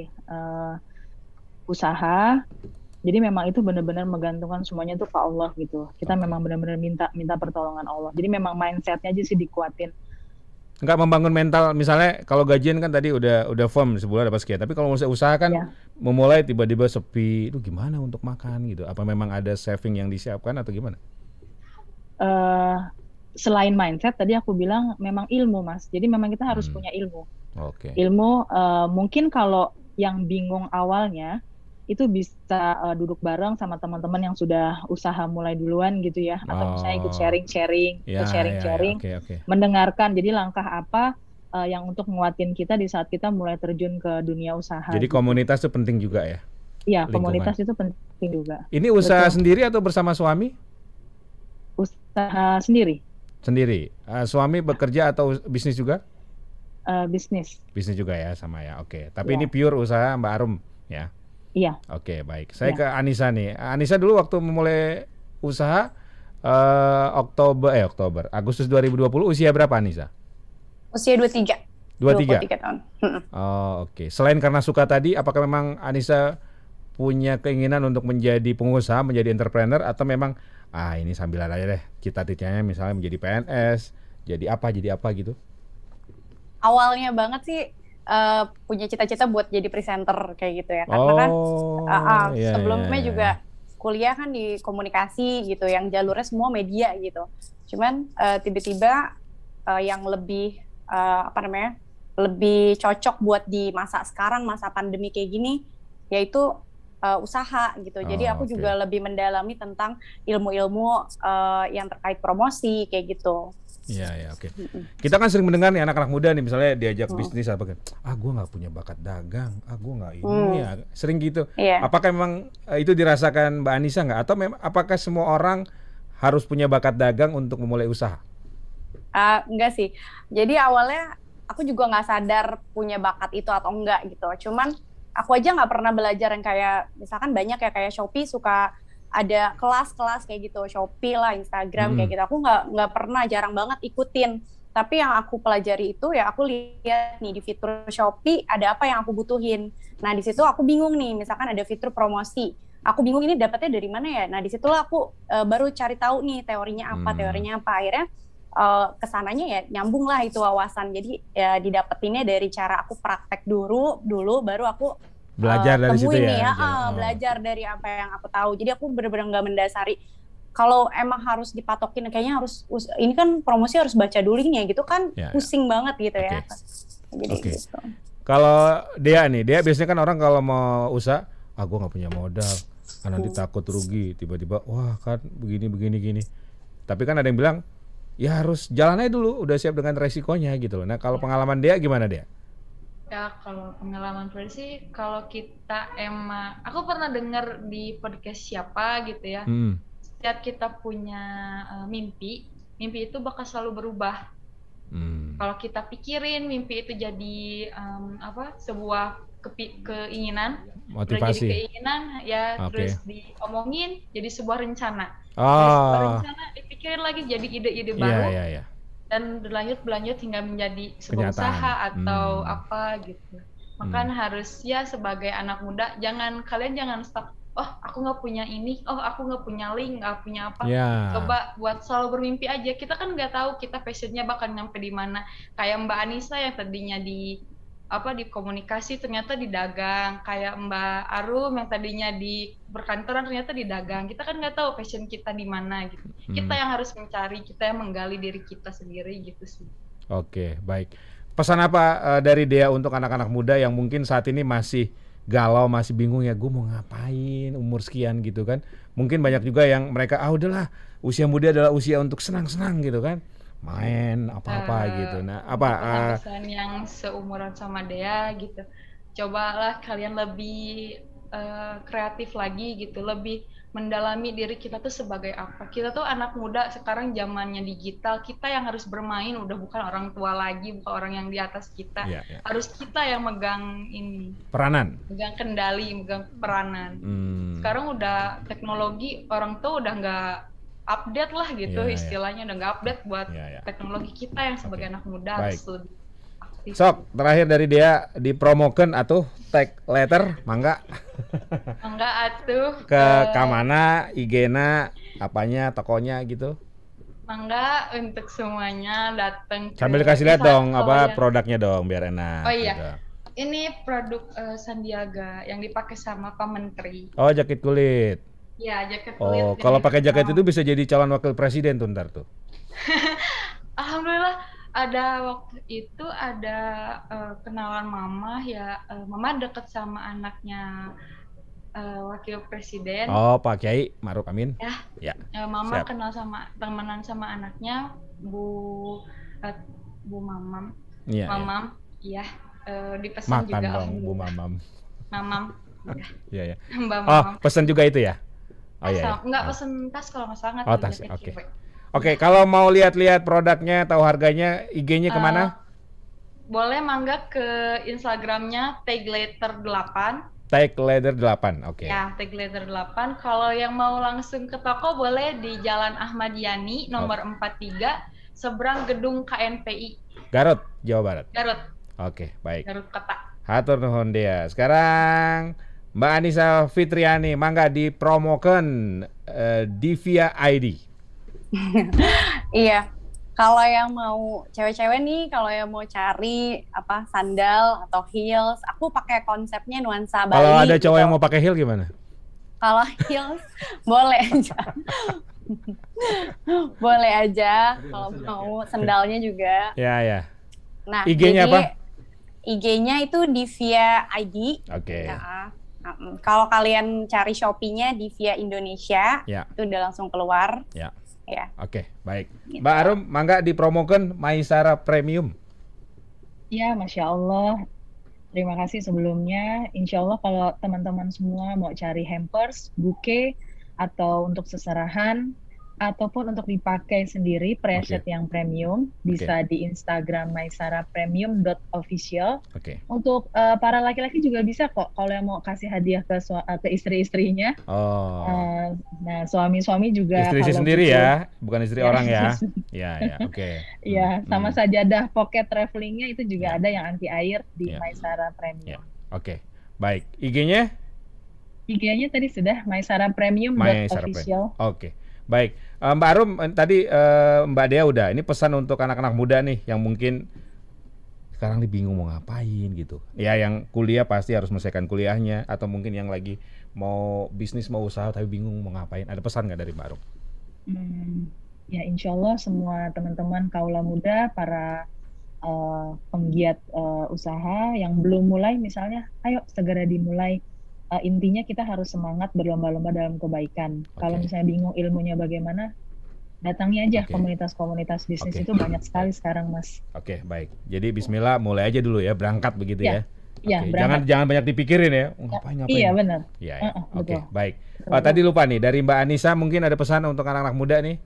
usaha, jadi memang itu benar-benar menggantungkan semuanya tuh ke Allah gitu. Kita memang benar-benar minta pertolongan Allah. Jadi memang mindsetnya aja sih dikuatin. Enggak membangun mental, misalnya kalau gajian kan tadi udah firm sebulan dapat sekian, tapi kalau mau usaha kan memulai tiba-tiba sepi, itu gimana untuk makan gitu? Apa memang ada saving yang disiapkan atau gimana? Selain mindset tadi aku bilang memang ilmu Mas, jadi memang kita harus punya ilmu. Ilmu mungkin kalau yang bingung awalnya itu bisa duduk bareng sama teman-teman yang sudah usaha mulai duluan gitu ya, atau misalnya ikut sharing-sharing, mendengarkan. Jadi langkah apa yang untuk nguatin kita di saat kita mulai terjun ke dunia usaha. Jadi komunitas itu penting juga ya? Iya, komunitas itu penting juga. Ini usaha sendiri atau bersama suami? Usaha sendiri. Sendiri. Suami bekerja atau bisnis juga? bisnis. Bisnis juga ya sama ya. Oke. Tapi ini pure usaha Mbak Arum ya. Iya. Oke, baik. Saya ke Anissa nih. Anissa dulu waktu memulai usaha Agustus 2020 usia berapa Anissa? Usia 23. 23 tahun. Oh, oke. Selain karena suka tadi, apakah memang Anissa punya keinginan untuk menjadi pengusaha, menjadi entrepreneur, atau memang ini sambilan aja deh, cita-citanya misalnya menjadi PNS, jadi apa gitu? Awalnya banget sih punya cita-cita buat jadi presenter kayak gitu ya, karena kan sebelumnya juga kuliah kan di komunikasi gitu, yang jalurnya semua media gitu. Cuman tiba-tiba yang lebih lebih cocok buat di masa sekarang, masa pandemi kayak gini, yaitu usaha gitu. Jadi aku juga lebih mendalami tentang ilmu-ilmu yang terkait promosi kayak gitu. Iya, oke. Kita kan sering mendengar nih anak-anak muda nih misalnya diajak bisnis apa kan, gue nggak punya bakat dagang, gue nggak ini ya, sering gitu. Apakah memang itu dirasakan Mbak Anissa nggak? Atau apakah semua orang harus punya bakat dagang untuk memulai usaha? Enggak sih. Jadi awalnya aku juga nggak sadar punya bakat itu atau enggak gitu. Cuman aku aja nggak pernah belajar yang kayak misalkan banyak ya kayak Shopee suka ada kelas-kelas kayak gitu, Shopee lah, Instagram kayak gitu. Aku nggak pernah, jarang banget ikutin. Tapi yang aku pelajari itu ya aku lihat nih di fitur Shopee ada apa yang aku butuhin. Nah di situ aku bingung nih, misalkan ada fitur promosi. Aku bingung ini dapatnya dari mana ya. Nah di situlah aku baru cari tahu nih teorinya apa. Akhirnya kesananya ya nyambung lah itu wawasan. Jadi ya didapetinnya dari cara aku praktek dulu baru aku belajar dari situ ya. Belajar dari apa yang aku tahu. Jadi aku benar-benar nggak mendasari. Kalau emang harus dipatokin kayaknya harus ini kan promosi harus baca dulu nih gitu kan pusing banget gitu ya. Jadi gitu. Kalau Dea biasanya kan orang kalau mau usaha, gue nggak punya modal, nanti takut rugi, tiba-tiba wah kan begini. Tapi kan ada yang bilang ya harus jalan aja dulu, udah siap dengan resikonya gitu loh. Nah kalau pengalaman Dea gimana Dea? Ya kalau pengalaman pribadi sih, kalau kita emang, aku pernah dengar di podcast siapa gitu ya, setiap kita punya mimpi itu bakal selalu berubah. Kalau kita pikirin mimpi itu jadi sebuah keinginan, motivasi, jadi keinginan ya, terus diomongin jadi sebuah rencana. Sebuah rencana dipikirin lagi jadi ide-ide baru. Dan berlanjut hingga menjadi sebuah usaha atau apa gitu. Makanya harus ya sebagai anak muda kalian jangan stuck. Oh aku nggak punya ini, oh aku nggak punya link, nggak punya apa. Coba buat selalu bermimpi aja. Kita kan nggak tahu kita passionnya bakal nyampe di mana. Kayak Mbak Anissa yang tadinya di komunikasi ternyata di dagang, kayak Mbak Arum yang tadinya di perkantoran ternyata di dagang. Kita kan nggak tahu passion kita di mana gitu. Kita yang harus mencari, kita yang menggali diri kita sendiri gitu sih. Oke, baik. Pesan apa dari Dea untuk anak-anak muda yang mungkin saat ini masih galau, masih bingung ya, gue mau ngapain umur sekian gitu kan? Mungkin banyak juga yang mereka udahlah, usia muda adalah usia untuk senang-senang gitu kan? Main apa-apa gitu. Nah, pesan yang seumuran sama Dea gitu. Cobalah kalian lebih kreatif lagi gitu, lebih mendalami diri kita tuh sebagai apa. Kita tuh anak muda sekarang zamannya digital, kita yang harus bermain, udah bukan orang tua lagi, bukan orang yang di atas kita. Harus kita yang megang ini. Peranan. Megang kendali, megang peranan. Sekarang udah teknologi, orang tuh udah nggak update lah gitu istilahnya, udah nggak update buat teknologi. Kita yang sebagai anak muda harus lebih aktif. Sok, terakhir dari dia dipromokan atuh tag letter, mangga. Mangga atuh. Ke kamana, IG-na, apanya, tokonya gitu. Mangga untuk semuanya datang. Sambil kasih lihat dong produknya dong biar enak. Oh iya. Gitu. Ini produk Sandiaga yang dipakai sama Pak Menteri. Oh, jaket kulit. Ya, jaket kulit. Oh, kalau pakai jaket itu bisa jadi calon wakil presiden tuh ntar tuh. Alhamdulillah waktu itu ada kenalan mama ya, mama deket sama anaknya wakil presiden. Oh, Pak Kiai Ma'ruf Amin. Ya. Mama kenal temenan sama anaknya Bu Mamam. Mamam. Iya. Dipesan makan juga. Makan dong Bu Mamam. Mamam. Iya. Mbak Mamam. Pesan juga itu ya? Oh iya. Enggak pesen tas kalau nggak salah. Oh, tas. Oke, kalau mau lihat-lihat produknya, tahu harganya, IG-nya kemana? boleh mangga ke Instagramnya tagletter8. Tagletter8, oke. Ya, tagletter8. Kalau yang mau langsung ke toko boleh di Jalan Ahmad Yani nomor 43 seberang gedung KNPI. Garut, Jawa Barat. Garut. Oke, baik. Garut Kota. Hatur nuhun Dea. Sekarang Mbak Anissa Fitriani, mangga dipromokan Divia ID. Iya. Kalau yang mau cewek-cewek nih, kalau yang mau cari sandal atau heels, aku pakai konsepnya nuansa Bali. Kalau ada cowok gitu. yang mau pakai heel gimana? Kalau heels boleh aja. Boleh aja kalau mau, sendalnya juga. Ya. Nah, IG-nya apa? IG-nya itu Divia ID. Oke. Ya. Kalau kalian cari Shopee-nya Divia Indonesia, itu udah langsung keluar. Ya. Ya. Oke, baik. Gitu. Mbak Arum, mangga dipromokan Maisara Premium. Ya, Masya Allah. Terima kasih sebelumnya. Insya Allah kalau teman-teman semua mau cari hampers, bouquet, atau untuk seserahan, ataupun untuk dipakai sendiri preset yang premium, bisa di Instagram maisarapremium.official. Untuk para laki-laki juga bisa kok kalau yang mau kasih hadiah ke istri-istrinya. Nah, suami-suami juga. Istri sendiri ya, bukan istri orang ya. Oke. Ya, sama sajadah pocket travelingnya itu juga ada yang anti air di Maisara Premium. Oke, baik. IG-nya? IG-nya tadi sudah maisarapremium.official. Oke. Baik, Mbak Arum, tadi Mbak Dea udah, ini pesan untuk anak-anak muda nih yang mungkin sekarang bingung mau ngapain gitu. Ya, yang kuliah pasti harus menyelesaikan kuliahnya, atau mungkin yang lagi mau bisnis, mau usaha tapi bingung mau ngapain. Ada pesan nggak dari Mbak Arum? Ya, insya Allah semua teman-teman kaula muda, para penggiat usaha yang belum mulai misalnya, ayo segera dimulai. Intinya kita harus semangat berlomba-lomba dalam kebaikan. Kalau misalnya bingung ilmunya bagaimana, datangi aja komunitas-komunitas bisnis itu banyak sekali sekarang, Mas. Oke, baik. Jadi Bismillah, mulai aja dulu ya, berangkat begitu ya. Iya, jangan banyak dipikirin ya. Ngapain? Iya, benar. Iya. Oke, baik. Tadi lupa nih, dari Mbak Anissa mungkin ada pesan untuk anak-anak muda nih.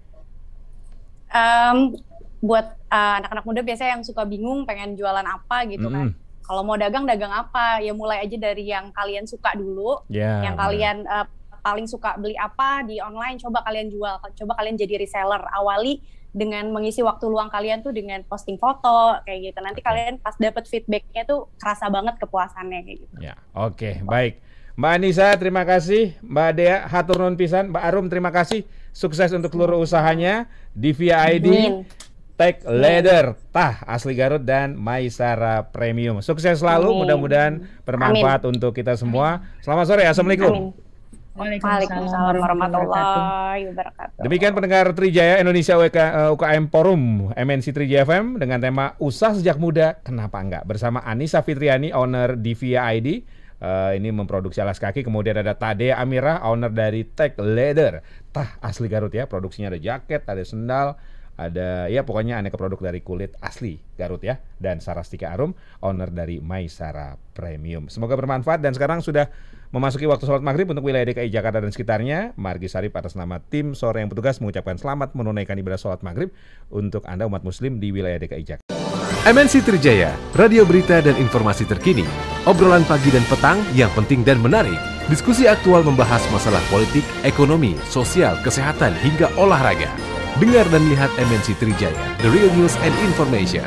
Buat anak-anak muda biasanya yang suka bingung pengen jualan apa gitu kan. Kalau mau dagang apa, ya mulai aja dari yang kalian suka dulu, yang kalian paling suka beli apa di online, coba kalian jual, coba kalian jadi reseller. Awali dengan mengisi waktu luang kalian tuh dengan posting foto kayak gitu. Nanti kalian pas dapet feedbacknya tuh kerasa banget kepuasannya kayak gitu. Ya, oke, baik. Mbak Anissa, terima kasih. Mbak Dea, hatur nuhun pisan. Mbak Arum, terima kasih. Sukses untuk seluruh usahanya. Divia ID. Tagletter, asli Garut, dan Maisara Premium. Sukses selalu, mudah-mudahan bermanfaat untuk kita semua. Selamat sore, Assalamualaikum. Waalaikumsalam warahmatullahi wabarakatuh. Demikian pendengar Trijaya Indonesia UKM Forum MNC Trijaya FM dengan tema Usaha Sejak Muda, Kenapa Enggak? Bersama Anissa Fitriani, owner Divia ID. Ini memproduksi alas kaki. Kemudian ada Tadea Amira, owner dari Tagletter, asli Garut ya. Produksinya ada jaket, ada sendal, ada ya pokoknya aneka produk dari kulit asli Garut ya. Dan Sarastika Arum, owner dari Maisara Premium. Semoga bermanfaat, dan sekarang sudah memasuki waktu sholat maghrib untuk wilayah DKI Jakarta dan sekitarnya. Margi Sarip atas nama tim sore yang bertugas mengucapkan selamat menunaikan ibadah sholat maghrib untuk Anda umat muslim di wilayah DKI Jakarta. MNC Trijaya, radio berita dan informasi terkini. Obrolan pagi dan petang yang penting dan menarik. Diskusi aktual membahas masalah politik, ekonomi, sosial, kesehatan hingga olahraga. Dengar dan lihat MNC Trijaya, the real news and information.